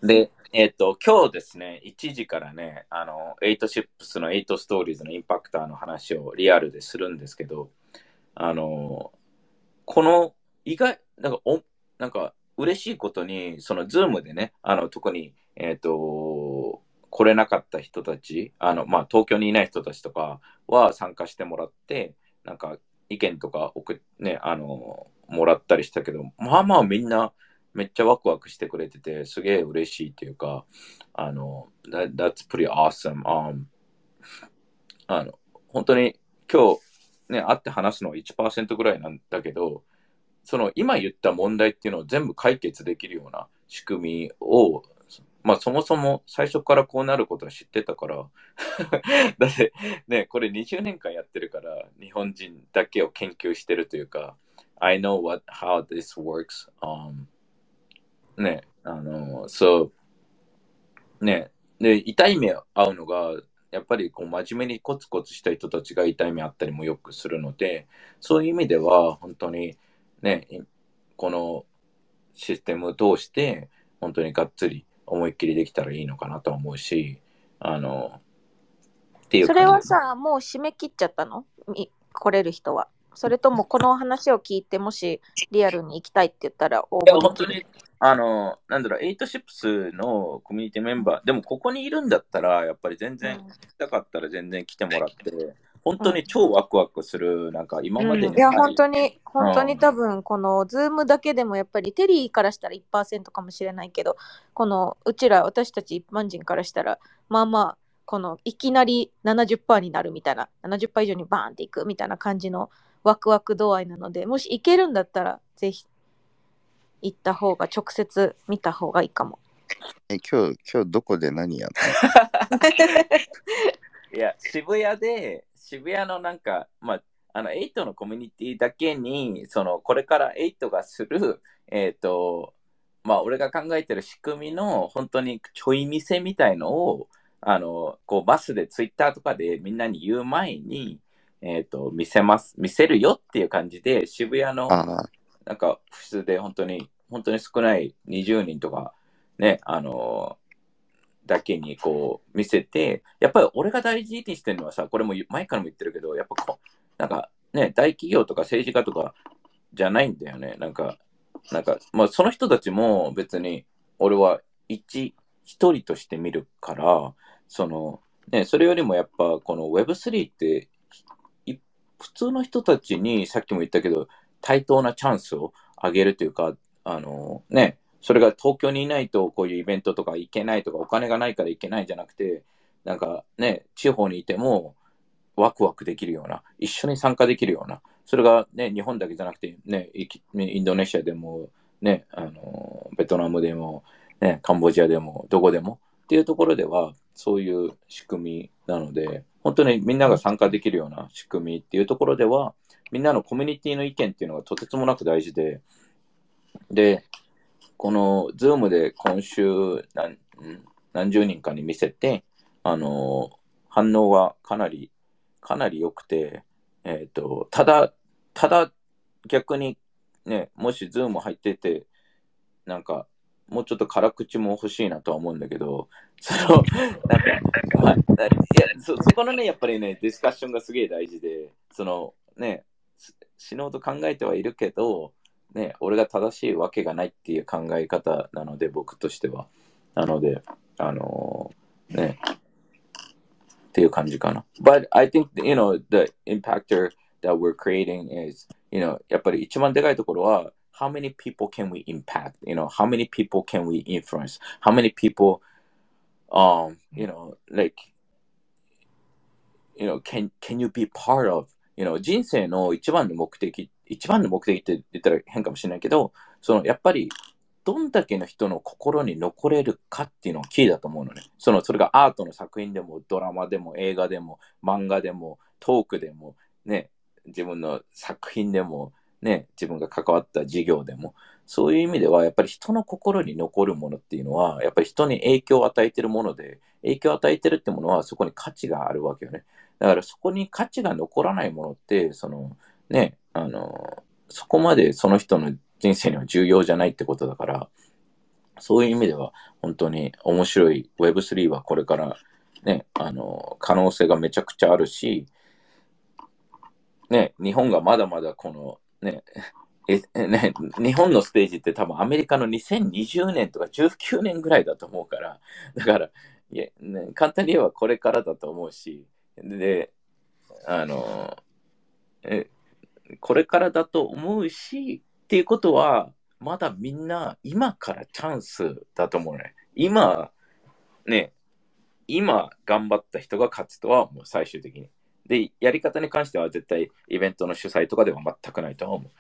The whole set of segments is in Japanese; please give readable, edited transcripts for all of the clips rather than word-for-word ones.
で、今日ですね、1時からね、8シップスの8ストーリーズのインパクターの話をリアルでするんですけど、あの、この意外、なんか嬉しいことに、そのズームでね、特に、来れなかった人たち、まあ、東京にいない人たちとかは参加してもらって、なんか意見とかね、もらったりしたけど、まあまあみんなめっちゃワクワクしてくれてて、すげえ嬉しいっていうか、that's pretty awesome. 本当に今日ね、会って話すのは1%ぐらいなんだけど、その今言った問題っていうのを全部解決できるような仕組みを、まあそもそも最初からこうなることは知ってたから、だってね、これ20年間やってるから、日本人だけを研究してるというか、I know how this works. ね、そう、ね、で、痛い目合うのが、やっぱりこう真面目にコツコツした人たちが痛い目あったりもよくするので、そういう意味では本当にね、このシステムを通して、本当にがっつり思いっきりできたらいいのかなと思うし、っていうそれ感じ。 はさ、もう締め切っちゃったの？来れる人は。それともこの話を聞いて、もしリアルに行きたいって言ったら応いや、 募できる？ 本当に、なんだろう、エイトシップスのコミュニティメンバー、でもここにいるんだったら、やっぱり全然、来たかったら全然来てもらって、本当に超ワクワクする、なんか今までいや、 にない、 本当に多分、このズームだけでもやっぱりテリーからしたら 1% かもしれないけど、このうちら、私たち一般人からしたら、まあまあ、このいきなり70%になるみたいな、70%以上にバーンっていくみたいな感じのワクワク度合いなので、もし行けるんだったら、ぜひ行った方が、直接見た方がいいかも。 今日どこで何やるいや、渋谷のなんか、まあ、エイトのコミュニティだけに、これからエイトがする、まあ、俺が考えてる仕組みの、本当にちょい見せみたいのを、こう、バスでツイッターとかでみんなに言う前に、見せるよっていう感じで、渋谷の、なんか、普通で本当に少ない20人とか、ね、だけにこう見せて、やっぱり俺が大事にしてるのはさ、これも前からも言ってるけど、やっぱなんかね、大企業とか政治家とかじゃないんだよね。まあその人たちも別に俺は一人として見るから、それよりもやっぱこの Web3 って普通の人たちにさっきも言ったけど、対等なチャンスをあげるというか、それが東京にいないとこういうイベントとか行けないとか、お金がないから行けないじゃなくて、なんかね、地方にいてもワクワクできるような、一緒に参加できるような、それがね、日本だけじゃなくて、ね、インドネシアでも、ね、ベトナムでも、ね、カンボジアでも、どこでもっていうところでは、そういう仕組みなので、本当にみんなが参加できるような仕組みっていうところでは、みんなのコミュニティの意見っていうのがとてつもなく大事で、この Zoom で今週何十人かに見せて、反応はかなり良くて、ただ逆にね、もし Zoom 入ってて、なんか、もうちょっと辛口も欲しいなとは思うんだけど、なんか、まあ、そこのね、やっぱりね、ディスカッションがすげえ大事で、死のうと考えてはいるけど、ね、俺が正しいわけがないっていう考え方なので、僕としては。なので、ね、っていう感じかな。But I think, the impactor that we're creating is, やっぱり一番でかいところは、how many people can we impact? How many people can we influence? How many people, like, can you be part of? 人生の一番の目的って言ったら変かもしれないけど、やっぱり、どんだけの人の心に残れるかっていうのがキーだと思うのね。それがアートの作品でも、ドラマでも、映画でも、漫画でも、トークでも、ね、自分の作品でも、ね、自分が関わった事業でも、そういう意味では、やっぱり人の心に残るものっていうのは、やっぱり人に影響を与えてるもので、影響を与えてるってものは、そこに価値があるわけよね。だからそこに価値が残らないものって、ね、そこまでその人の人生には重要じゃないってことだから、 そういう意味では本当に面白い Web3 はこれからね、可能性がめちゃくちゃあるし、ね、日本がまだまだこのね、ね、日本のステージって多分アメリカの2020年とか19年ぐらいだと思うから、だから、いやね、簡単に言えばこれからだと思うし、で、あの、えこれからだと思うし、っていうことは、まだみんな今からチャンスだと思うね。ね、今頑張った人が勝つとはもう最終的に。で、やり方に関しては絶対イベントの主催とかでは全くないとは思う。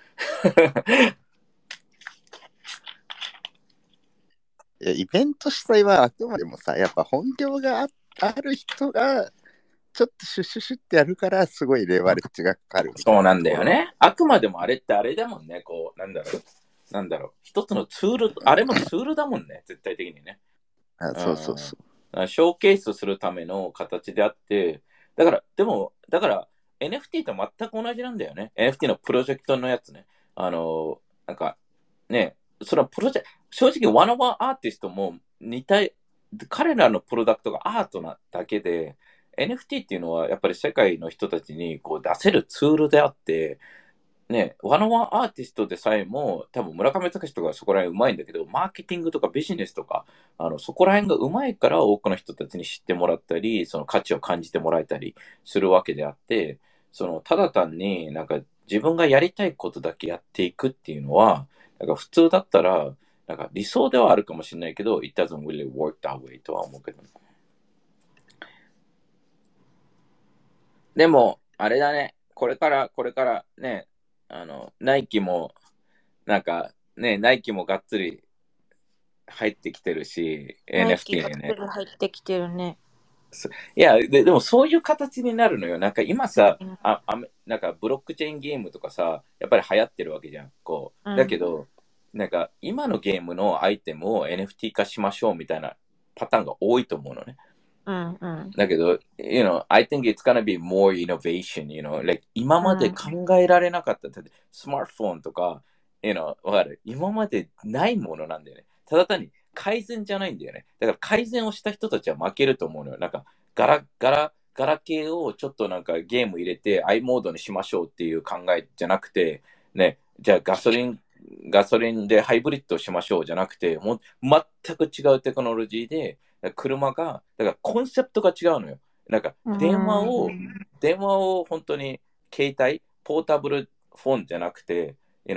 いやイベント主催はあくまでもさ、やっぱ本業がある人がちょっとシュッシュシュってやるからすごいレバレッジがかかるみたいな。 そうなんだよね。あくまでもあれってあれだもんね。こう、なんだろう。一つのツール、あれもツールだもんね。絶対的にね。 そうそうそう。 ショーケースするための形であって、だから NFT と全く同じなんだよね。NFT のプロジェクトのやつね。なんか、ね、そのプロジェクト、正直ワンオワンアーティストも彼らのプロダクトがアートなだけで、NFT っていうのはやっぱり世界の人たちにこう出せるツールであって、ね、ワンオワンアーティストでさえも、多分村上隆とかそこら辺うまいんだけど、マーケティングとかビジネスとか、そこら辺がうまいから多くの人たちに知ってもらったり、その価値を感じてもらえたりするわけであって、ただ単になんか自分がやりたいことだけやっていくっていうのは、なんか普通だったら、なんか理想ではあるかもしれないけど、it doesn't really work that way とは思うけど。でも、あれだね、これからね、ナイキも、なんかね、ナイキもがっつり入ってきてるし、 ナイキ NFT がにね。 入ってきてるね。 いやでもそういう形になるのよ。なんか今さ、 うん。 なんかブロックチェーンゲームとかさ、やっぱり流行ってるわけじゃん。こう。だけど、なんか今のゲームのアイテムを NFT 化しましょうみたいなパターンが多いと思うのね。だけど、I think it's gonna be more innovation, like 今まで考えられなかった。スマートフォンとか、わかる今までないものなんだよね。ただ単に改善じゃないんだよね。だから改善をした人たちは負けると思うのよ。なんか、ガラケーをちょっとなんかゲーム入れて i モードにしましょうっていう考えじゃなくて、ね、じゃあガソリンでハイブリッドしましょうじゃなくて、もう全く違うテクノロジーで、車が、だからコンセプトが違うのよ。なんか電話を本当に携帯、ポータブルフォンじゃなくて、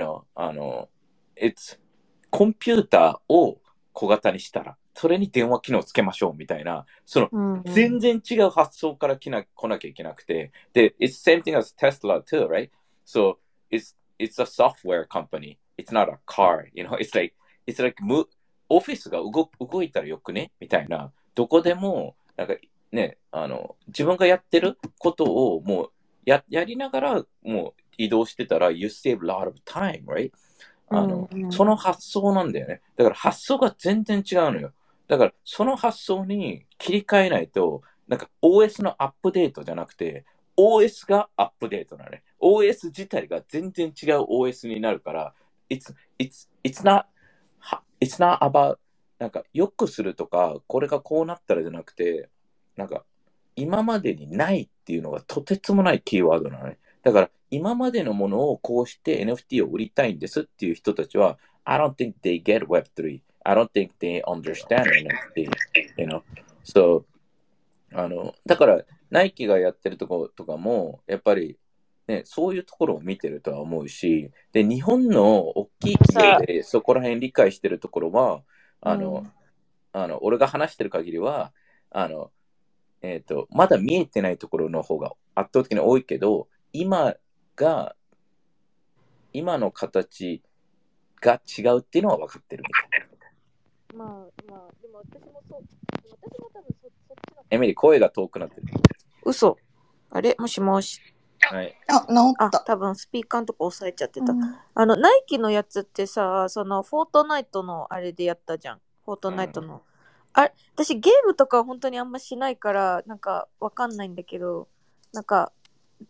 コンピューターを小型にしたら、それに電話機能つけましょうみたいな、全然違う発想から来なきゃいけなくて、で、it's same thing as Tesla too, right? So, it's a software company. It's not a car, it's like オフィスが動いたらよくねみたいな、どこでも、なんかね、自分がやってることをもうやりながらもう移動してたら、you save a lot of time, right? その発想なんだよね。だから発想が全然違うのよ。だからその発想に切り替えないと、なんか OS のアップデートじゃなくて、OS がアップデートなのね。OS 自体が全然違う OS になるから、it's not about なんか良くするとか、これがこうなったらじゃなくて、なんか今までにないっていうのがとてつもないキーワードなのね。だから今までのものをこうして NFT を売りたいんですっていう人たちは、I don't think they get Web3. I don't think they understand NFT. So, だからナイキがやってるところとかも、やっぱりね、そういうところを見てるとは思うし、で、日本の大きい企業でそこら辺理解してるところは、俺が話してる限りは、まだ見えてないところの方が圧倒的に多いけど、今の形が違うっていうのは分かってるみたいな。 でも私も多分そっちの。 エミリー、声が遠くなってる。 嘘。あれもしもし。 はい。 治った。 多分スピーカーのとこ押さえちゃってた。ナイキのやつってさ、そのフォートナイトのあれでやったじゃん。フォートナイトの。私ゲームとか本当にあんましないから、なんかわかんないんだけど、なんか、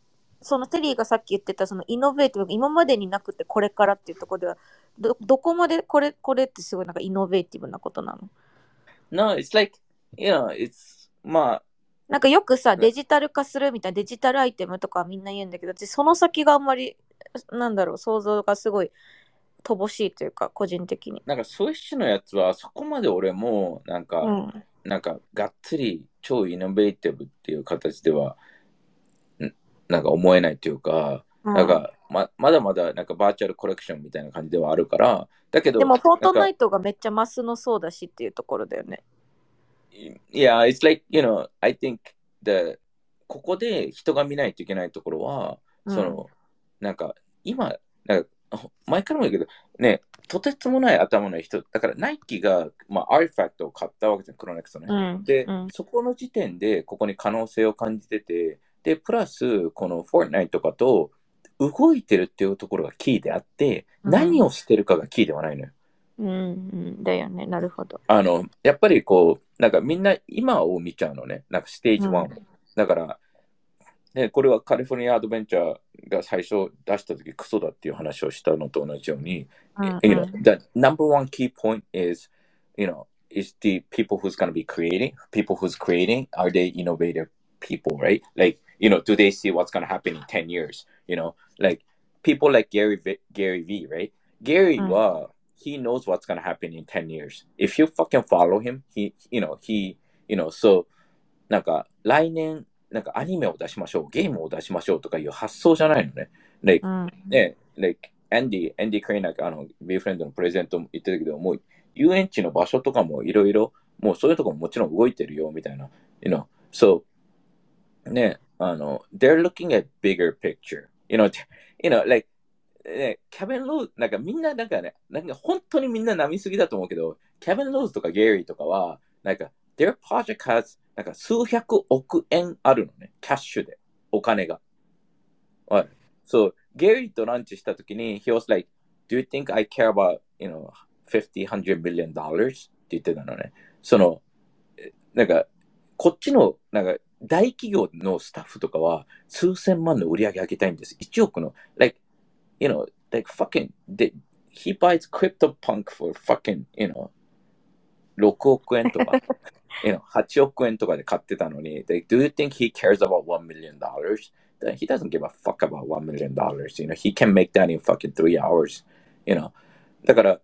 そのテリーがさっき言ってたそのイノベーティブ、今までになくてこれからっていうところでは、どこまでこれってすごいなんかイノベーティブなことなの？ No, it's like, it's, まあ、 なんかよくさ、デジタル化するみたいな、デジタルアイテムとかみんな言うんだけど、私その先があんまり、なんだろう、想像がすごい乏しいというか、個人的に。 なんかスイッシュのやつはそこまで俺もなんか、なんかがっつり超イノベーティブっていう形ではなんか思えないというか、なんかまだまだなんかバーチャルコレクションみたいな感じではあるから、だけど、 でも、フォートナイトがめっちゃマスのそうだしっていうところだよね。 Yeah, it's like, I thinkここで人が見ないといけないところは、なんか今、なんか前からも言うけど、ね、とてつもない頭の人、だからナイキが、アーティファクトを買ったわけじゃん、クロネクストね。で、そこの時点でここに可能性を感じてて、で、プラス、このフォートナイトとかと動いてるっていうところがキーであって、何をしてるかがキーではないのよ。 だよね、なるほど。 やっぱりこう、なんかみんな今を見ちゃうのね、なんかステージ1を。だから、ね、これはカリフォルニアアドベンチャーが最初出した時クソだっていう話をしたのと同じように、the number one key point is, is the people who's going to be creating, people who's creating, are they innovative people, right? Like, do they see what's going to happen in 10 years? Like people like Gary V, right? Garyは、he knows what's going to happen in 10 years. If you fucking follow him, so なんか来年なんかアニメを出しましょう、ゲームを出しましょうとかいう発想じゃないのね。like アンディ・クレイナービーフレンドのプレゼントも言ってたけど、もう遊園地の場所とかもいろいろ、もうそういうとこももちろん動いてるよみたいな。So ね、they're looking at bigger picture. Like キャビン・ローズ、なんかみんななんかね、なんか本当にみんな舐めすぎだと思うけど、キャビン・ローズとかゲイリーとかは、なんか、their project has なんか数百億円あるのね、キャッシュで、お金が。そう、ゲイリーとランチしたときに、he was like, do you think I care about, 50, $100 million? って言ってたのね。なんか、こっちの、なんか、大企業のスタッフとかは、数千万の売り上げ上げたいんです。1億の、like, like fucking, he buys CryptoPunk for fucking, 6億円とか、8億円とかで買ってたのに、like, do you think he cares about $1 million? He doesn't give a fuck about $1 million. He can make that in fucking 3 hours. だから、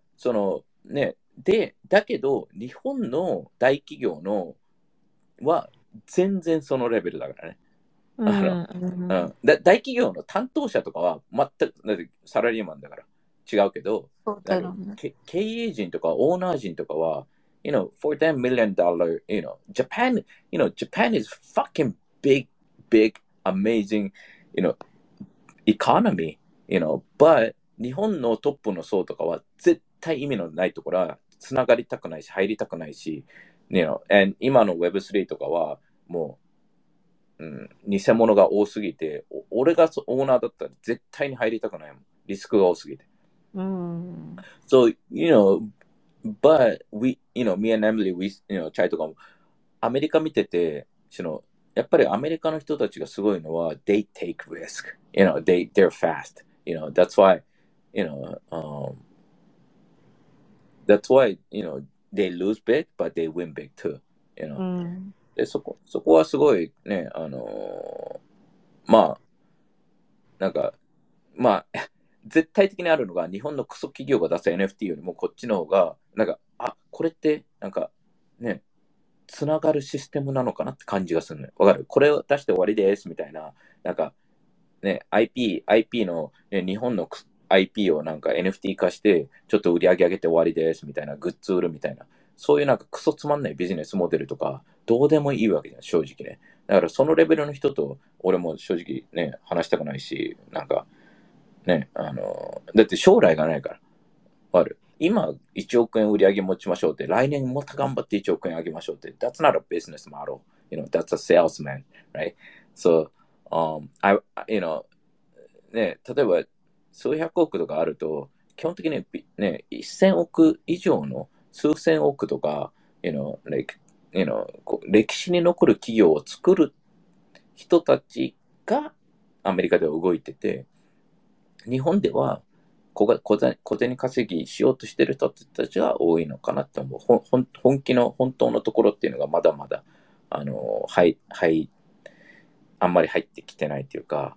だけど、日本の大企業のは全然そのレベルだからね。大企業の担当者とかは全くサラリーマンだから違うけど、経営陣とかオーナー陣とかは、for $10 million, Japan is fucking big, amazing, economy, but 日本のトップの層とかは絶対意味のないところはつながりたくないし、入りたくないし、and 今の Web3 とかはもう、偽物が多すぎて、俺がオーナーだったら絶対に入りたくないもん。リスクが多すぎて。So, but we, me and Emily, we, チャイとかも、アメリカ見てて、やっぱりアメリカの人たちがすごいのは、they take risk. They're fast. That's why, that's why, they lose big, but they win big too. でそこはすごいね、なんか、絶対的にあるのが、日本のクソ企業が出す NFT よりもこっちの方が、なんか、これって、なんか、ね、つながるシステムなのかなって感じがするね。わかる？これを出して終わりですみたいな、なんか、ね、IP の、ね、日本の IP をなんか NFT 化して、ちょっと売り上げ上げて終わりですみたいな、グッズ売るみたいな、そういうなんかクソつまんないビジネスモデルとか、どうでもいいわけじゃん、正直ね。だからそのレベルの人と、俺も正直ね、話したくないし、なんか、ね、だって将来がないから。今、1億円売り上げ持ちましょうって、来年もっと頑張って1億円上げましょうって、that's not a business model. That's a salesman, right? So, ね、例えば、数百億とかあると、基本的にね、1000億以上の数千億とか、歴史に残る企業を作る人たちが、 アメリカでは動いてて、日本では小銭稼ぎしようとしてる人たちが多いのかなって思う。本気の本当のところっていうのがまだまだ、あんまり入ってきてないっていうか、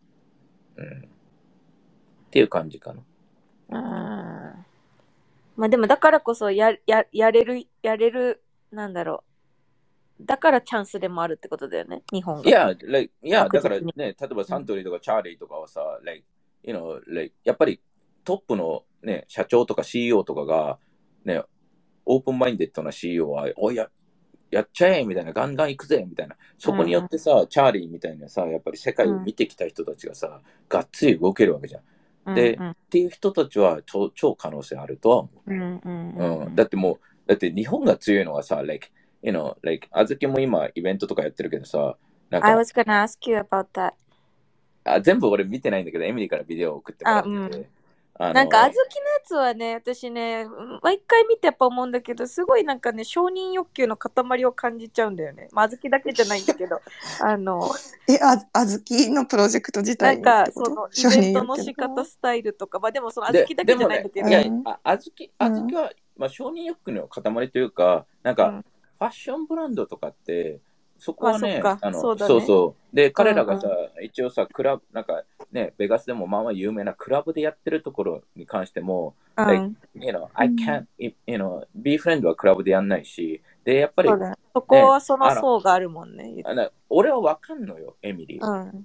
っていう感じかな。 まあでもだからこそやれる、なんだろう。だからチャンスでもあるってことだよね、日本が。 いや、だからね、例えばサントリーとかチャーリーとかはさ、やっぱりトップのね、社長とか CEO とかが、ね、オープンマインデッドな CEO は、やっちゃえみたいな、ガンガン行くぜみたいな。そこによってさ、チャーリーみたいなさ、やっぱり世界を見てきた人たちがさ、がっつり動けるわけじゃん。で、っていう人たちは超可能性あるとは思う。だって日本が強いのはさ、あずきも今イベントとかやってるけどさ、なんか I was gonna ask you about that. 全部俺見てないんだけど、エミリーからビデオを送ってもらってて。 なんか、あずきのやつはね、私ね、毎回見てやっぱ思うんだけど、すごいなんかね、承認欲求の塊を感じちゃうんだよね。まあ、あずきだけじゃないんだけど、 あずきのプロジェクト自体なんか、その、イベントの仕方、スタイルとか、まあでもそのあずきだけじゃないんだけど、 あずきは、まあ、承認欲求の塊というか、なんか、ファッションブランドとかって、そこはね、そうで、彼らがさ、一応さ、クラブ、なんかね、ベガスでもまあまあ有名なクラブでやってるところに関しても、I can't, be friend はクラブでやんないし、で、やっぱり、 そこはその層があるもんね。 俺はわかんのよ、エミリー。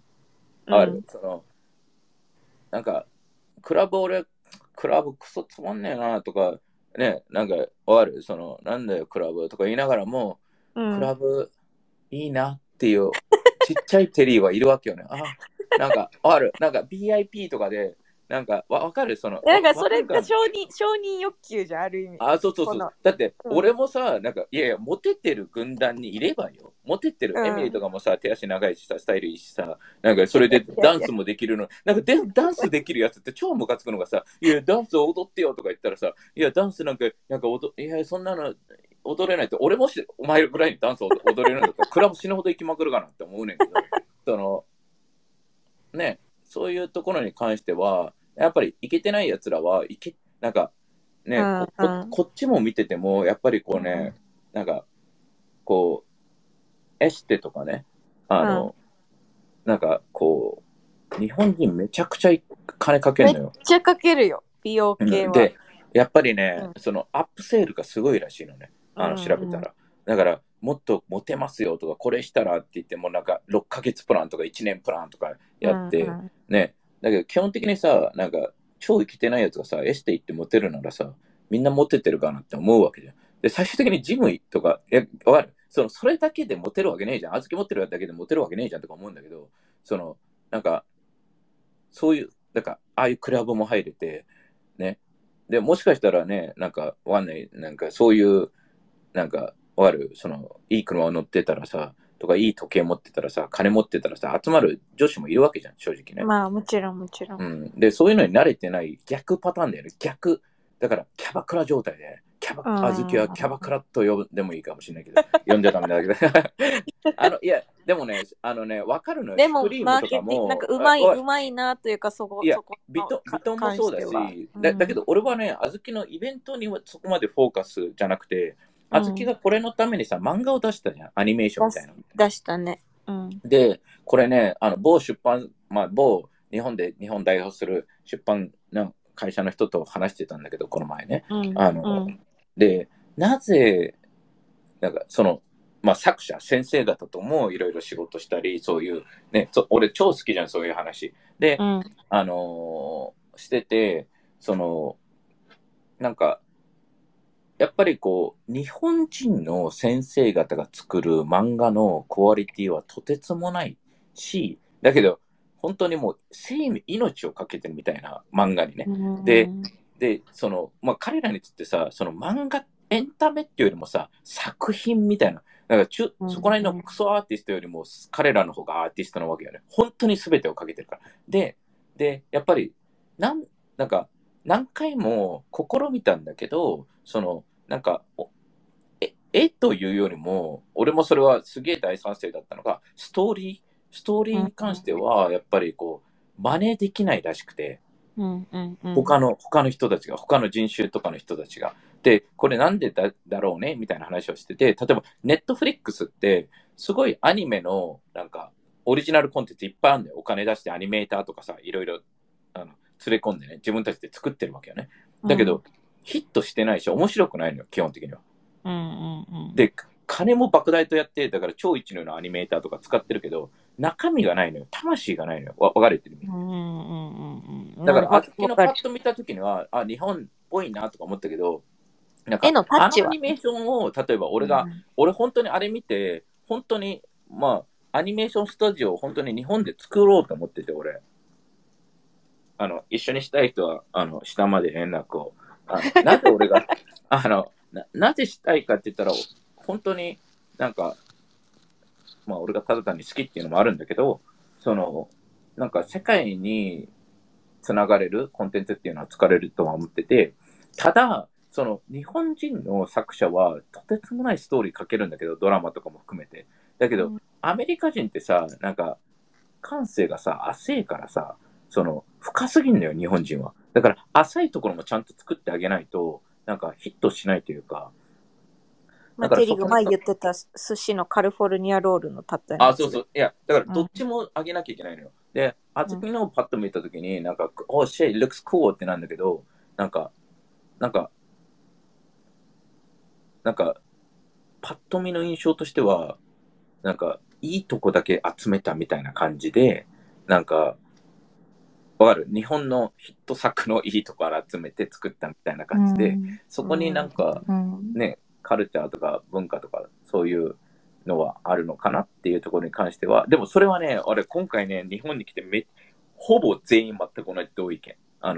なんか、クラブクソつまんねえなとか、ね、なんか、なんだよ、クラブとか言いながらも、クラブ、いいなっていうちっちゃいテリーはいるわけよね。なんかBIP とかで、なんかわかるなんかそれが承認欲求じゃある意味。 そう。だって、俺もさ、なんか、いやいや、モテてる軍団にいればよ。モテてるエミリーとかもさ、手足長いしさ、スタイルいいしさ、なんかそれでダンスもできるの。なんかダンスできるやつって超ムカつくのがさ、いや、ダンス踊ってよとか言ったらさ、いや、ダンスなんかいや、そんなの、踊れないって、俺もしお前ぐらいにダンスを踊れるんだったら、クラブ死ぬほど行きまくるかなって思うねんけど、ね、そういうところに関しては、やっぱりイケてないやつらは、なんか、ね、こっちも見てても、やっぱりこうね、なんか、こう、エステとかね、なんかこう、日本人めちゃくちゃ金かけるのよ。 めっちゃかけるよ、美容系は。 で、やっぱりね、そのアップセールがすごいらしいのね。調べたら。だから、もっとモテますよとか、これしたらって言っても、なんか6ヶ月プランとか1年プランとかやって、ね。だけど基本的にさ、なんか、超生きてないやつがさ、エステ行ってモテるならさ、みんなモテてるかなって思うわけじゃん。で、最終的にジムとか、わかる？それだけでモテるわけねえじゃん。あずき持ってるだけでモテるわけねえじゃんとか思うんだけど、なんか、そういう、なんか、ああいうクラブも入れて、ね。で、もしかしたらね、なんか、わかんない、なんかそういう、なんか、わかる、いい車を乗ってたらさ、とか、いい時計持ってたらさ、金持ってたらさ、集まる女子もいるわけじゃん、正直ね。 まあ、もちろん。 で、そういうのに慣れてない逆パターンだよね。だから、キャバクラ状態で、あずきはキャバクラと呼んでもいいかもしれないけど、呼んじゃダメだけど。いや、でもね、わかるのよ。 でも、マーケティング、なんかうまいなというか、そこ。 いや、ビトンもそうだし、だけど俺はね、あずきのイベントにはそこまでフォーカスじゃなくて、あずきがこれのためにさ、漫画を出したじゃん、アニメーションみたいな。 出したね。 で、これね、某日本代表する出版の会社の人と話してたんだけど、この前ね。で、なぜ、なんか作者、先生方ともいろいろ仕事したり、そういう、ね、俺超好きじゃん、そういう話。で、してて、なんか、やっぱりこう、日本人の先生方が作る漫画のクオリティはとてつもないし、だけど、本当にもう命をかけてるみたいな漫画にね。で、彼らにとってさ、漫画、エンタメっていうよりもさ、作品みたいな、そこら辺のクソアーティストよりも彼らの方がアーティストなわけよね。本当に全てをかけてるから。で、やっぱり、なんか、何回も試みたんだけど、なんか、絵というよりも、俺もそれはすげえ大賛成だったのが、ストーリーに関しては、やっぱりこう、 真似できないらしくて、 うんうんうん。 他の人たちが、他の人種とかの人たちが。で、これなんでだろうねみたいな話をしてて、例えば、ネットフリックスって、すごいアニメの、なんか、オリジナルコンテンツいっぱいあるんだよ。お金出してアニメーターとかさ、いろいろ、連れ込んでね、自分たちで作ってるわけよね。だけど、ヒットしてないし、面白くないのよ、基本的には。 うんうんうん。 で、金も莫大とやって、だから超一流のアニメーターとか使ってるけど、中身がないのよ。魂がないのよ。わかる言ってる意味。 うんうんうんうん。 だから、あなるほど。 ずきのパッと見たときには、あ、日本っぽいなとか思ったけど、なんか絵のタッチはアニメーションを、例えば俺本当にあれ見て、本当に、まあ、アニメーションスタジオを本当に日本で作ろうと思ってて、俺。一緒にしたい人は、下まで連絡を。なぜ俺が、なぜしたいかって言ったら、本当になんか、まあ、俺がただ単に好きっていうのもあるんだけど、なんか世界につながれるコンテンツっていうのは疲れるとは思ってて、ただ、日本人の作者はとてつもないストーリー書けるんだけど、ドラマとかも含めて。だけど、アメリカ人ってさ、なんか、感性がさ、浅いからさ、深すぎんだよ、日本人は。だから、浅いところもちゃんと作ってあげないと、なんかヒットしないというか。 まあ、テリーが前言ってた寿司のカリフォルニアロールのたったあ、そうそう。いや、だからどっちもあげなきゃいけないのよ。で、あずきのパッと見たときに、なんか、oh shit, it looks cool ってなんだけど、なんか、パッと見の印象としては、なんか、いいとこだけ集めたみたいな感じで、なんか、わかる日本のヒット作のいいところ集めて作ったみたいな感じで、そこになんか、ね、カルチャーとか文化とか、そういうのはあるのかなっていうところに関しては、でもそれはね、俺今回ね、日本に来てほぼ全員全く同じ同意見。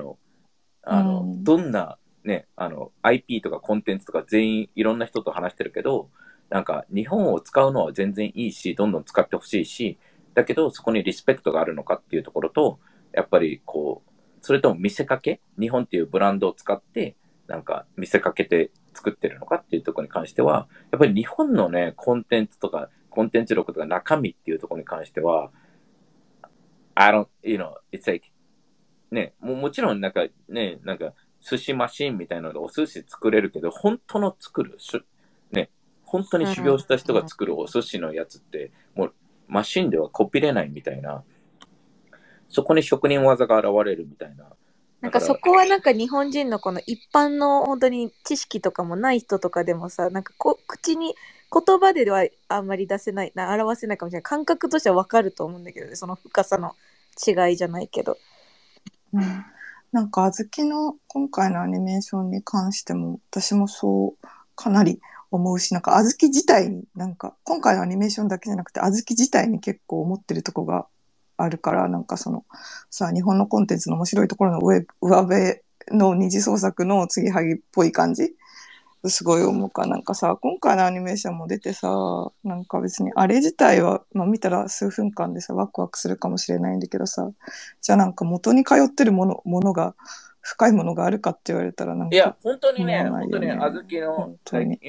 どんな、ね、IP とかコンテンツとか全員いろんな人と話してるけど、なんか日本を使うのは全然いいし、どんどん使ってほしいし、だけどそこにリスペクトがあるのかっていうところと、やっぱりこう、それとも見せかけ、日本っていうブランドを使って、なんか見せかけて作ってるのかっていうところに関しては、やっぱり日本のね、コンテンツとか、コンテンツ力とか中身っていうところに関しては、it's like, ね、もちろんなんかね、なんか寿司マシーンみたいなのでお寿司作れるけど、本当の作る、ね、本当に修行した人が作るお寿司のやつって、もうマシンではコピれないみたいな、そこに職人技が現れるみたいな。 なんかそこはなんか日本人のこの一般の本当に知識とかもない人とかでもさ、なんか口に言葉ではあんまり出せない表せないかもしれない、感覚としては分かると思うんだけどね、その深さの違いじゃないけど、 なんかあずきの今回のアニメーションに関しても私もそうかなり思うし、なんかあずき自体になんか今回のアニメーションだけじゃなくてあずき自体に結構思ってるとこがあるから、なんかさ日本のコンテンツの面白いところの上辺の二次創作の継ぎはぎっぽい感じすごい思うか。なんかさ、今回のアニメーションも出てさ、なんか別にあれ自体は、まあ見たら数分間でさ、ワクワクするかもしれないんだけどさ、じゃあなんか元に通ってるものが、深いものがあるかって言われたらなんか、 いや、本当にね、 思わないよね。 本当にあずきの、 本当に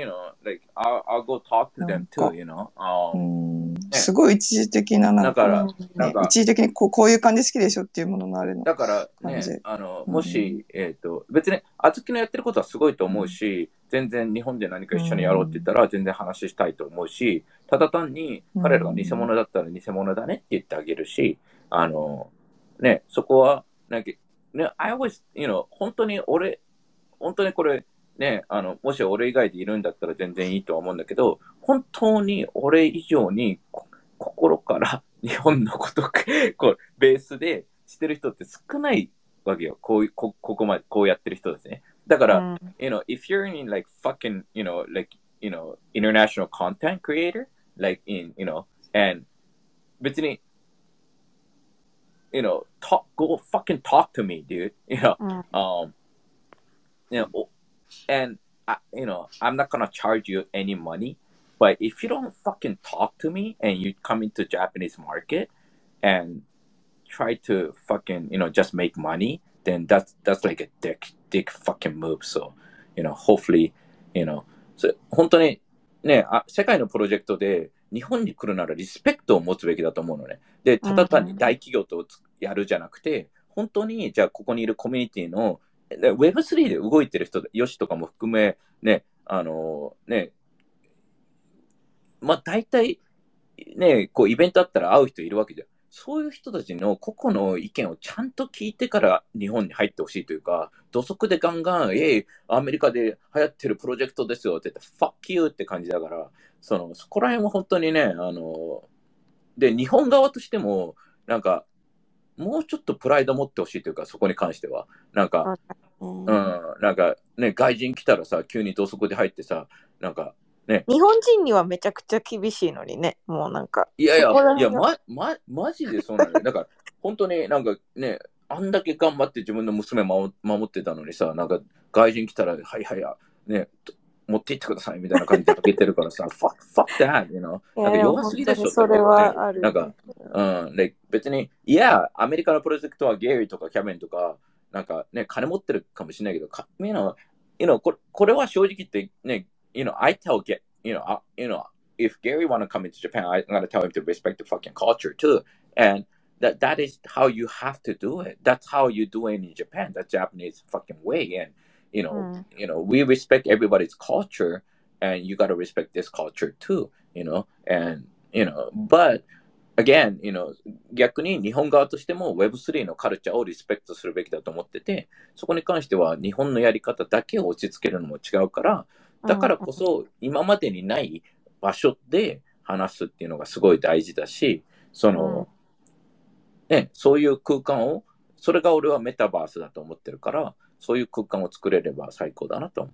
I'll go talk to な them んか too, you know? すごい一時的ななんか、 なんか一時的にこういう感じ好きでしょっていうもののあれのだからね、 感じ。 もし、別に、あずきのやってることはすごいと思うし、全然日本で何か一緒にやろうって言ったら全然話したいと思うし、ただ単に彼らが偽物だったら偽物だねって言ってあげるし、ね、そこは、なんか、ね、I always, 本当にこれ、ね、もし俺以外でいるんだったら全然いいとは思うんだけど、本当に俺以上に心から日本のことをこうベースでしてる人って少ないわけよ。ここまでこうやってる人ですね。だから、if you're in like fucking, international content creator, like in, and 別にgo fucking talk to me, dude. And I'm not gonna charge you any money, but if you don't fucking talk to me and you come into Japanese market and try to fucking just make money, then that's like a dick fucking move. So hopefully, so 本当にね、世界のプロジェクトで日本に来るならリスペクトを持つべきだと思うのね。で、ただ単に大企業とやるじゃなくて、本当に、じゃあここにいるコミュニティの、Web3 で動いてる人、よしとかも含め、ね、まあ大体、ね、こうイベントあったら会う人いるわけじゃん。そういう人たちの個々の意見をちゃんと聞いてから日本に入ってほしいというか、土足でガンガン、アメリカで流行ってるプロジェクトですよって言って、fuck you って感じだから、そこら辺も本当にね、で、日本側としても、なんか、もうちょっとプライド持ってほしいというか、そこに関しては。なんか、なんかね、外人来たらさ、急に土足で入ってさ、なんか、ね。 日本人にはめちゃくちゃ厳しいのにね、もうなんか。 いや、マジでそうなのよ。だから、本当になんかね、あんだけ頑張って自分の娘守ってたのにさ、なんか外人来たら、はいはいや、ね、持って行ってくださいみたいな感じであげてるからさ、fuck that, you know? なんか弱すぎでしょそれはある、 ね。なんか、で別に、いや、アメリカのプロジェクトはゲイリーとかキャメンとか、なんかね、金持ってるかもしれないけど、これは正直言ってね、I tell if Gary want to come into Japan, I'm going to tell him to respect the fucking culture too. And that is how you have to do it. That's how you do it in Japan, the Japanese fucking way. And, we respect everybody's culture and you got to respect this culture too, and, but again, 逆に日本側としても Web3 のカルチャーをリスペクトするべきだと思ってて、そこに関しては日本のやり方だけを押し付けるのも違うから、だからこそ今までにない場所で話すっていうのがすごい大事だし、そういう空間を、それが俺はメタバースだと思ってるから、そういう空間を作れれば最高だなと思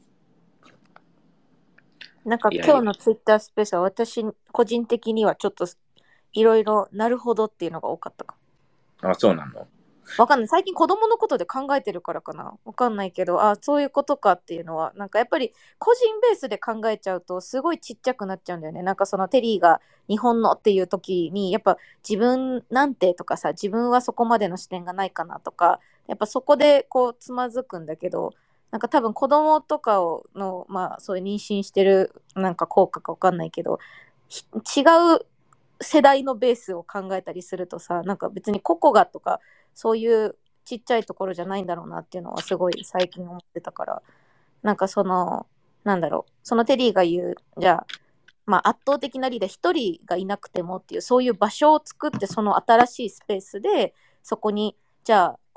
う。なんか今日のツイッタースペースは私個人的にはちょっといろいろなるほどっていうのが多かったかも。あ、そうなの？ わかんない。最近子供のことで考えてるからかな。わかんないけど、そういうことかっていうのは、なんかやっぱり個人ベースで考えちゃうと、すごいちっちゃくなっちゃうんだよね。なんかそのテリーが日本のっていう時に、やっぱ自分なんてとかさ、自分はそこまでの視点がないかなとか、やっぱそこでこうつまずくんだけど、なんか多分子供とかの、まあそういう妊娠してるなんか効果かわかんないけど、違う世代のベースを考えたりするとさ、なんか別に個々がとか、そういうちっちゃいところじゃないんだろうなっていうのはすごい最近思ってたから、なんかなんだろう、そのテリーが言う、じゃあ、まあ圧倒的なリーダー一人がいなくてもっていう、そういう場所を作って、その新しいスペースで、そこに、じゃあ、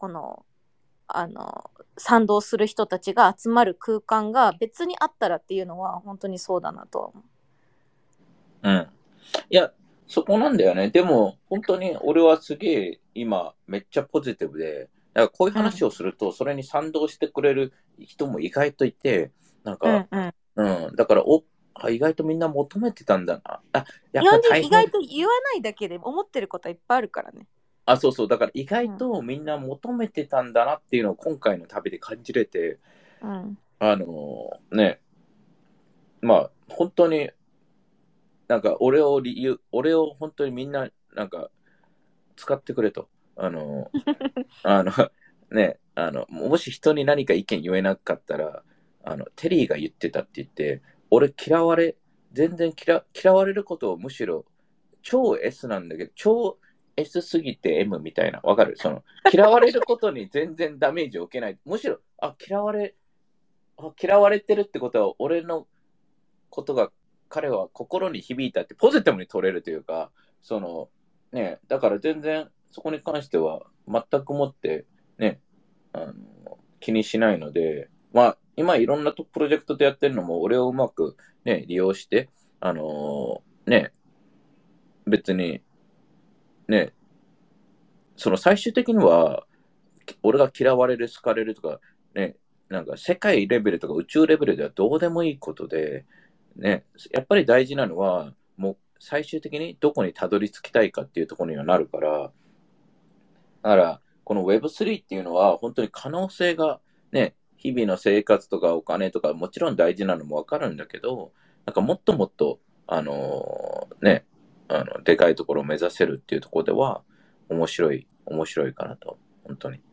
賛同する人たちが集まる空間が別にあったらっていうのは、本当にそうだなとは思う。 うん。いや、そこなんだよね。でも、本当に俺はすげえ今めっちゃポジティブで、だからこういう話をすると、それに賛同してくれる人も意外といて、なんか、だから意外とみんな求めてたんだな。 やっぱり意外と言わないだけで思ってることはいっぱいあるからね。 そうそう。だから意外とみんな求めてたんだなっていうのを今回の旅で感じれて、まあ、本当に、なんか俺を本当にみんな、なんか、使ってくれと。もし人に何か意見言えなかったら、テリーが言ってたって言って、俺全然嫌われることをむしろ、超 S なんだけど、超 S すぎて M みたいな。わかる？嫌われることに全然ダメージを受けない。むしろ、嫌われてるってことは、俺のことが彼は心に響いたってポジティブに取れるというか、だから全然そこに関しては全くもってね、気にしないので、まあ今いろんなプロジェクトでやってるのも俺をうまくね、利用して、別にね、最終的には俺が嫌われる、好かれるとかね、なんか世界レベルとか宇宙レベルではどうでもいいことで、ね、やっぱり大事なのは、もう最終的にどこにたどり着きたいかっていうところにはなるから、だから、この Web3 っていうのは本当に可能性がね、日々の生活とかお金とかもちろん大事なのもわかるんだけど、なんかもっともっと、でかいところを目指せるっていうところでは、面白いかなと、本当に。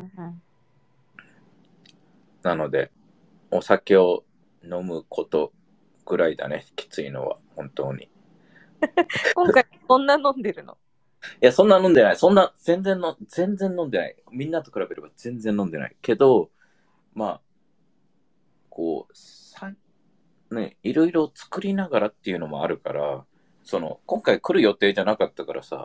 なので、お酒を飲むことぐらいだね、きついのは、本当に。 今回こんな飲んでるの？ いや、そんな飲んでない。全然飲んでない。みんなと比べれば全然飲んでない。けど、まあ、こう、いろいろ作りながらっていうのもあるから、今回来る予定じゃなかったからさ、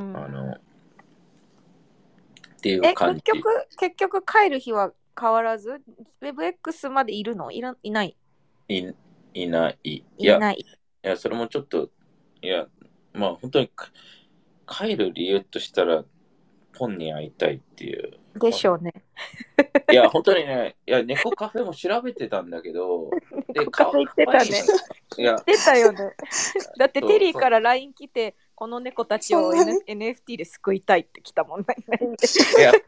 っていう感じ。 結局帰る日は変わらず、WebX までいるの？いない？ いない。いや、それもちょっと、いや、まあ本当に帰る理由としたら、ポンに会いたいっていう。 でしょうね。 いや、本当にね、猫カフェも調べてたんだけど、 猫カフェ行ってたね。行ってたよね。だってテリーから LINE 来て、この猫たちを NFT で救いたいって来たもんね。 いや、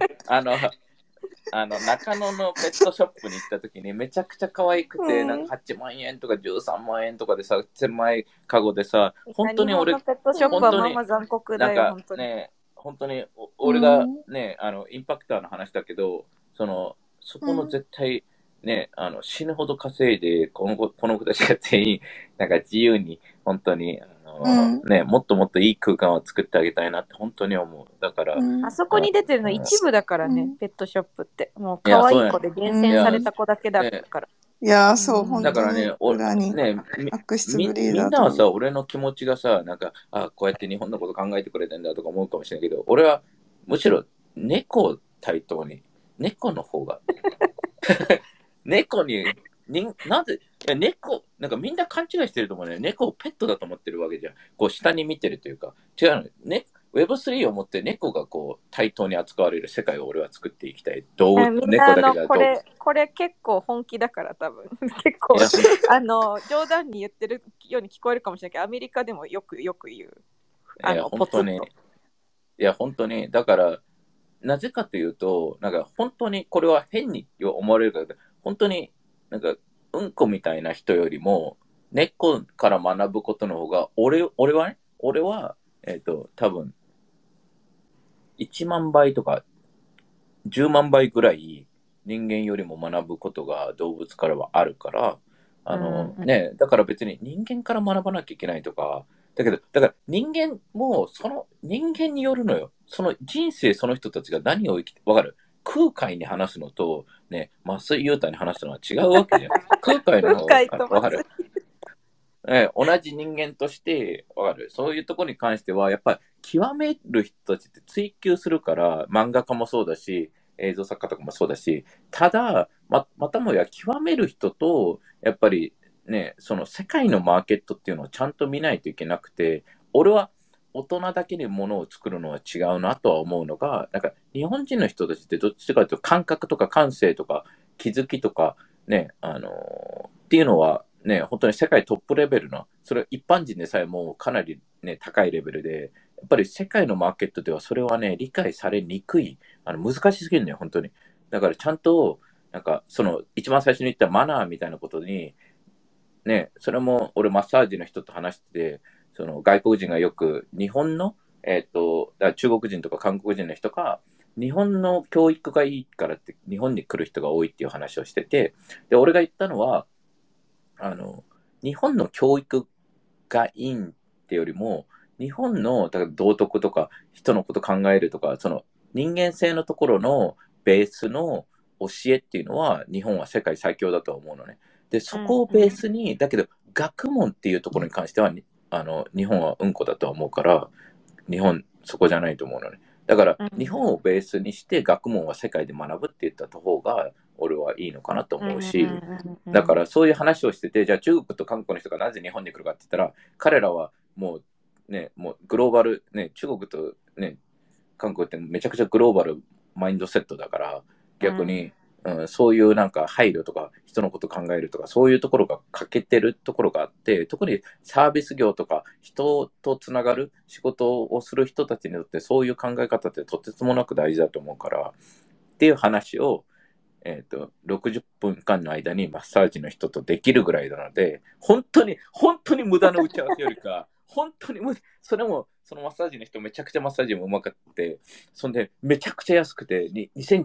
中野のペットショップに行った時にめちゃくちゃ可愛くて、なんか8万円とか13万円とかでさ、狭いカゴでさ、本当に俺、 日本のペットショップはまあまあ残酷だよ、本当に。 本当に俺がね、インパクターの話だけど、そこの絶対ね、死ぬほど稼いで、この子たちが全員、なんか自由に、本当に、ね、もっともっといい空間を作ってあげたいなって本当に思う。だから、 あそこに出てるの一部だからね、ペットショップって。もう可愛い子で厳選された子だけだから。 いや、そう、本当に。 だからね、 悪質ブリーダーみんなはさ、俺の気持ちがさ、なんか、こうやって日本のこと考えてくれてんだとか思うかもしれないけど、俺はむしろ猫を対等に、猫の方が、猫に、なんで、猫、なんかみんな勘違いしてると思うね。猫をペットだと思ってるわけじゃん。こう下に見てるというか、違うのね。Web3 をもって猫がこう対等に扱われる世界を俺は作っていきたい。猫だけじゃこれ結構本気だから多分。結構冗談に言ってるように聞こえるかもしれないけど、アメリカでもよく言う。 本当に。いや、本当に。だから、なぜかというと、なんか本当にこれは変に思われるから、本当になんかうんこみたいな人よりも、猫から学ぶことの方が、俺は、多分、1万倍とか、10万倍ぐらい人間よりも学ぶことが動物からはあるから、だから別に人間から学ばなきゃいけないとか、だから人間も、その人間によるのよ。その人生その人たちが何を生きて、わかる？空海に話すのと、ね、増井裕太に話すのは違うわけじゃん。空海の方がわかる？同じ人間として、わかる？そういうところに関しては、やっぱり極める人たちって追求するから、漫画家もそうだし、映像作家とかもそうだし、ただ、またもや極める人と、やっぱりね、その世界のマーケットっていうのをちゃんと見ないといけなくて、俺は大人だけで物を作るのは違うなとは思うのが、なんか日本人の人たちってどっちかというと感覚とか感性とか気づきとかね、っていうのはね、本当に世界トップレベルの、それ一般人でさえもうかなりね、高いレベルで、やっぱり世界のマーケットではそれはね、理解されにくい、難しすぎるんだよ、本当に。だからちゃんと、なんか、一番最初に言ったマナーみたいなことに、ね、それも俺マッサージの人と話してて、外国人がよく日本の、中国人とか韓国人の人が、日本の教育がいいからって日本に来る人が多いっていう話をしてて、で、俺が言ったのは、日本の教育がいいってよりも、日本のだから道徳とか人のこと考えるとか、その人間性のところのベースの教えっていうのは、日本は世界最強だと思うのね。で、そこをベースに、だけど学問っていうところに関しては、日本はうんこだとは思うから、日本そこじゃないと思うのね。だから、日本をベースにして学問は世界で学ぶって言った方が、俺はいいのかなと思うし、だからそういう話をしてて、じゃあ中国と韓国の人がなぜ日本に来るかって言ったら、彼らはもうグローバル、ね、中国とね、韓国ってめちゃくちゃグローバルマインドセットだから、逆に、そういうなんか配慮とか人のこと考えるとかそういうところが欠けてるところがあって、特にサービス業とか人とつながる仕事をする人たちにとってそういう考え方ってとてつもなく大事だと思うからっていう話を、60分間の間にマッサージの人とできるぐらいなので、本当に無駄な打ち合わせよりか本当にそれもそのマッサージの人めちゃくちゃマッサージもうまくて、そんでめちゃくちゃ安くて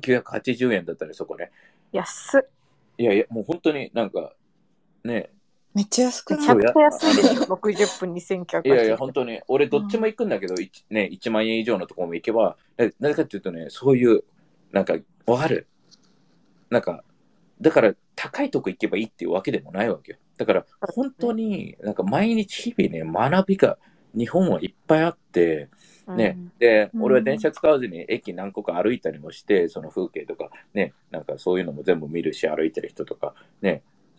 2980円だったね、そこね。 安っ。 いやもう本当になんかね、 めっちゃ安くない？ めちゃくちゃ安いですよ。60分2980円。 いやいや、本当に、俺どっちも行くんだけど、1万円以上のところも行けば、なぜかっていうとね、そういう、なんか、わかる。なんか、だから高いとこ行けばいいっていうわけでもないわけよ。だから本当になんか毎日日々ね、学びが日本はいっぱいあって、ね、で、俺は電車使わずに駅何個か歩いたりもして、その風景とか、ね、なんかそういうのも全部見るし、歩いてる人とか、ね、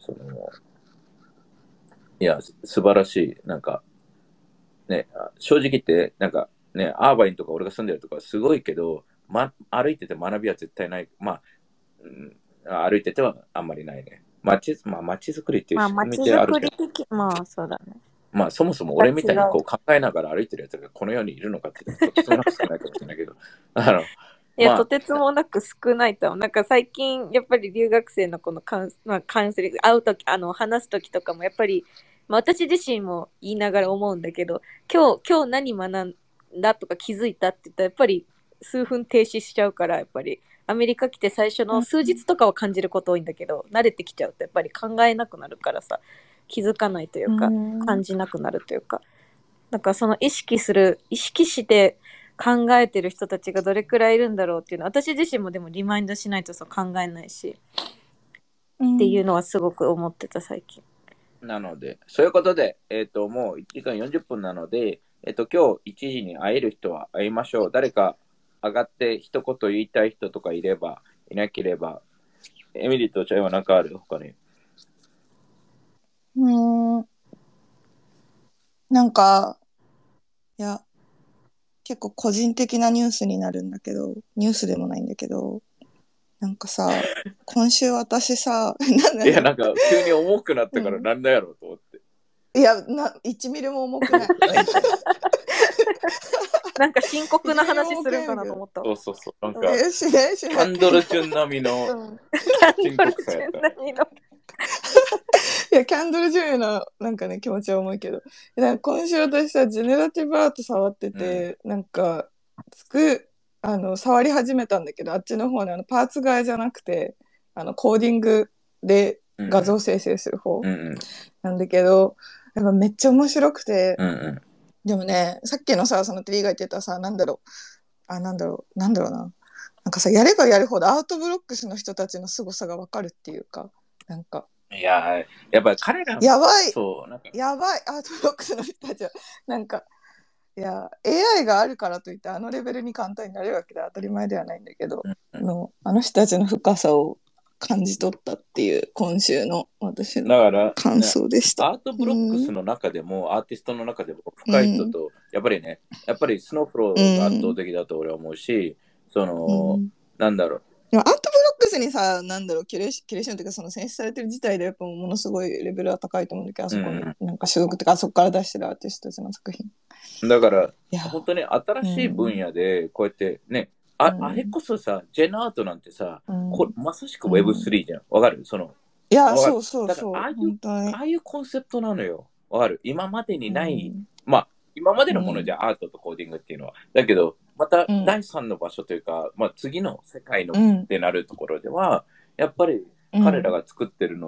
いや、素晴らしい、なんか、ね、正直言って、なんか、ね、アーバインとか俺が住んでるとかすごいけど、歩いてて学びは絶対ない。まあ、歩いててはあんまりないね。街づくりっていう仕組みってあるけど、 まあそうだね。 まあそもそも俺みたいにこう考えながら歩いてるやつがこの世にいるのかっていうと、とてつもなく少ないかもしれないけど、 いや、とてつもなく少ないと思う。なんか最近、やっぱり留学生のこのカウンセリング、会うとき、話すときとかも、やっぱり、私自身も言いながら思うんだけど、今日何学んだとか気づいたって言ったら、やっぱり数分停止しちゃうから、やっぱり、アメリカ来て最初の数日とかは感じること多いんだけど、慣れてきちゃうとやっぱり考えなくなるからさ、気づかないというか、感じなくなるというか、なんかその意識して考えてる人たちがどれくらいいるんだろうっていうのは、私自身もでもリマインドしないとそう考えないし、っていうのはすごく思ってた最近。 なので、そういうことで、もう1時間40分なので、今日1時に会える人は会いましょう。誰か上がって一言言いたい人とかいれば、いなければ、エミリーとチャイは何かある？他に。 なんか、いや、結構個人的なニュースになるんだけど、ニュースでもないんだけど、なんかさ、今週私さ、 いや、なんか急に重くなったからなんだやろうと思って。 いや、1ミリも重くない。 なんか深刻な話するかなと思った。 そう。なんか、キャンドル・ジュン並みの深刻さやった。 いや、キャンドル・ジュンのなんかね、気持ちは重いけど。なんか今週私さ、ジェネラティブアート触ってて、なんか、触り始めたんだけど、あっちの方ね、パーツ替えじゃなくて、コーディングで画像生成する方なんだけど、やっぱめっちゃ面白くて、でもね、さっきのさ、そのテリーが言ってたさ、なんだろうな。なんかさ、やればやるほどアウトブロックスの人たちの凄さがわかるっていうか、なんか。 いや、やっぱり彼らやばいそう、なんかやばいアウトブロックスの人たちは、なんか、いや、AI があるからといってあのレベルに簡単になれるわけでは当たり前ではないんだけど、あの人たちの深さを感じ取ったっていう今週の私の感想でした。 アートブロックスの中でも、アーティストの中でも深い人と、やっぱりスノーフローが圧倒的だと俺は思うし、なんだろう。 アートブロックスにさ、なんだろう、キュレーションというか、その選出されてる自体でやっぱものすごいレベルは高いと思うんだけど、あそこになんか所属とか、あそこから出してるアーティストたちの作品。 だから、本当に新しい分野で、こうやってね、あれこそさ、ジェナアートなんてさ、まさしく Web3 じゃん。わかる？ いや、そう。 だからああいうコンセプトなのよ。わかる？今までにない、今までのものじゃアートとコーディングっていうのは。だけど、また第三の場所というか、次の世界のってなるところでは、やっぱり彼らが作ってるのって、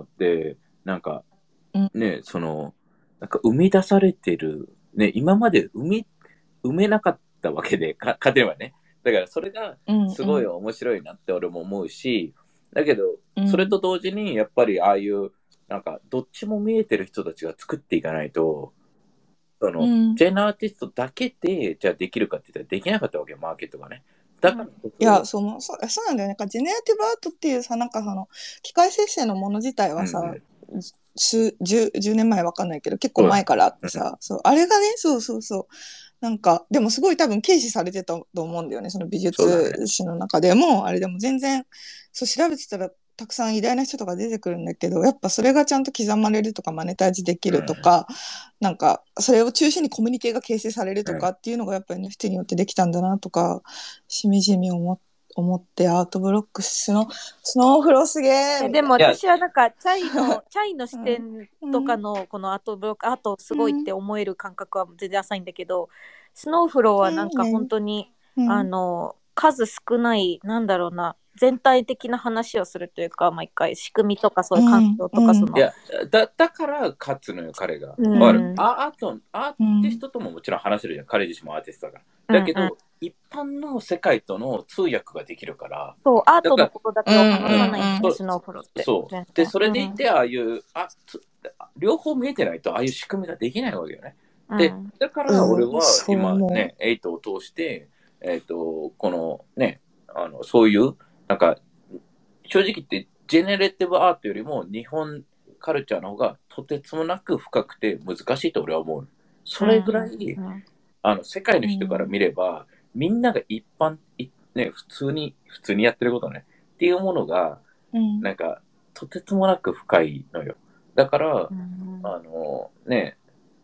なんか、ね、なんか生み出されてる、ね、今まで埋めなかったわけで、家庭はね。だからそれがすごい面白いなって俺も思うし、だけど、それと同時にやっぱりああいう、なんかどっちも見えてる人たちが作っていかないと、ジェンアーティストだけでじゃあできるかって言ったらできなかったわけよ、マーケットがね。だからいや、そうなんだよね。ジェネラティブアートっていうさ、なんか機械生成のもの自体はさ、10年前わかんないけど、結構前からあってさ、あれがね、そう。なんか、でもすごい多分軽視されてたと思うんだよね。その美術史の中でも、あれでも全然、調べてたらたくさん偉大な人とか出てくるんだけど、やっぱそれがちゃんと刻まれるとかマネタイズできるとか、なんかそれを中心にコミュニティが形成されるとかっていうのがやっぱり NFT によってできたんだなとか、しみじみ思ってアートブロックスのスノーフローすげー。 でも私はなんかチャイの視点とかのこのアートブロック、アートすごいって思える感覚は全然浅いんだけど、スノーフローはなんか本当に、数少ない、なんだろうな、 全体的な話をするというか、毎回仕組みとかそういう環境とかその、 いや、だから勝つのよ、彼が。 うんわかる。アーティストとももちろん話せるじゃん。彼自身もアーティストだから。だけど、 うんうん一般の世界との通訳ができるから。 そう、アートのことだけを話さないんうんだね、スノーフロって。 そう。で、それでいて、ああいう両方見えてないと、ああいう仕組みができないわけよね。で、だから俺は今ね、8を通して、このね、そういう、なんか、正直言って、ジェネレティブアートよりも日本カルチャーの方がとてつもなく深くて難しいと俺は思う。それぐらい、世界の人から見れば、みんなが一般、ね、普通にやってることね、っていうものが、なんか、とてつもなく深いのよ。だから、ね、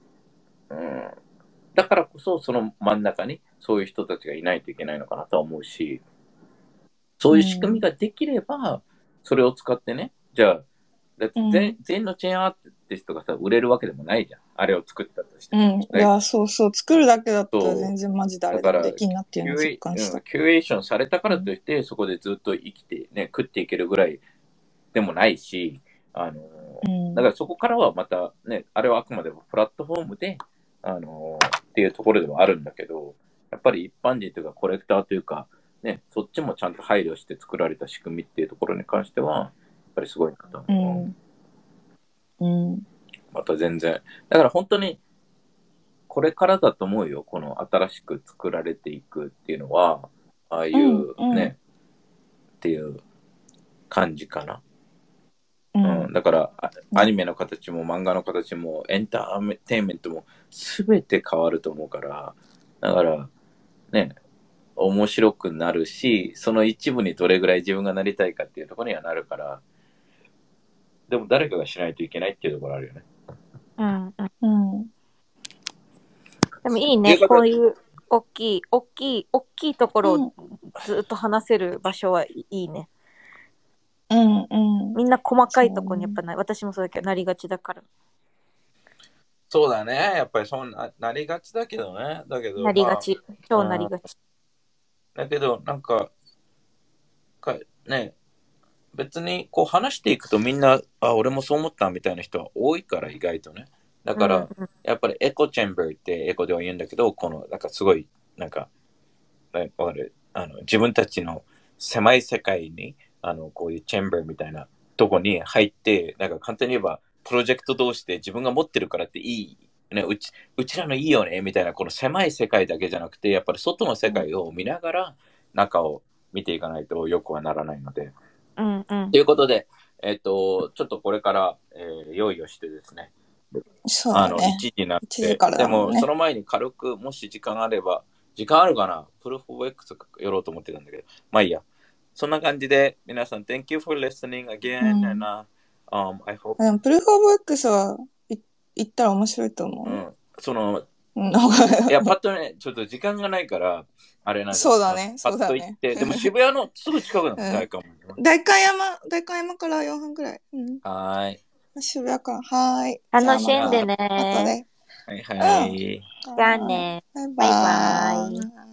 だからこそ、その真ん中にそういう人たちがいないといけないのかなとは思うし、そういう仕組みができれば、それを使ってね、じゃあ、だって全のチェーンアーティストがさ、売れるわけでもないじゃん。あれを作ったとして。 いや、そう、作るだけだったら全然マジ誰でもできんなっていうのを実感した。 キュレーションされたからといって、そこでずっと生きて、ね、食っていけるぐらいでもないし、だからそこからはまたね、あれはあくまでもプラットフォームで、っていうところではあるんだけど、やっぱり一般人というかコレクターというか、ね、そっちもちゃんと配慮して作られた仕組みっていうところに関しては、やっぱりすごいなと思う。また全然。だから本当に、これからだと思うよ。この新しく作られていくっていうのは、ああいうね、っていう感じかな。だからアニメの形も漫画の形もエンターテインメントも全て変わると思うから、だからね、面白くなるし、その一部にどれぐらい自分がなりたいかっていうところにはなるから、でも誰かがしないといけないっていうところあるよね。 でもいいね、こういう大きいところをずっと話せる場所はいいね。みんな細かいところにやっぱない。私もそうだけど、なりがちだから。 そうだね。やっぱりそうなりがちだけどね。だけど、 なりがち。超なりがち。 だけど、なんかね、別にこう話していくとみんな、俺もそう思ったみたいな人は多いから、意外とね。だから、やっぱりエコチェンバーってエコでは言うんだけど、この、なんかすごい、なんか、わかる？自分たちの狭い世界に、こういうチェンバーみたいなとこに入って、なんか簡単に言えば、プロジェクト同士で自分が持ってるからっていい、ね、うちらのいいよね、みたいな、この狭い世界だけじゃなくて、やっぱり外の世界を見ながら、中を見ていかないとよくはならないので。ということで、ちょっとこれから、用意をしてですね、 そうだね、 1時になって、 1時からだもんね、 でもその前に軽く、もし時間あれば、時間あるかな、プルーフオブ X やろうと思ってたんだけど、まあいいや。そんな感じで、皆さん、Thank you for listening again、and I hope... プルーフオブ X は行ったら面白いと思う。いや、パッとね、ちょっと時間がないから、あれなんです。 そうだね。 パッと行って、でも渋谷のすぐ近くなの、代官山から4分くらい。 はい。 渋谷か。はい。 楽しんでね。 はいはい。 じゃあね。 バイバイ。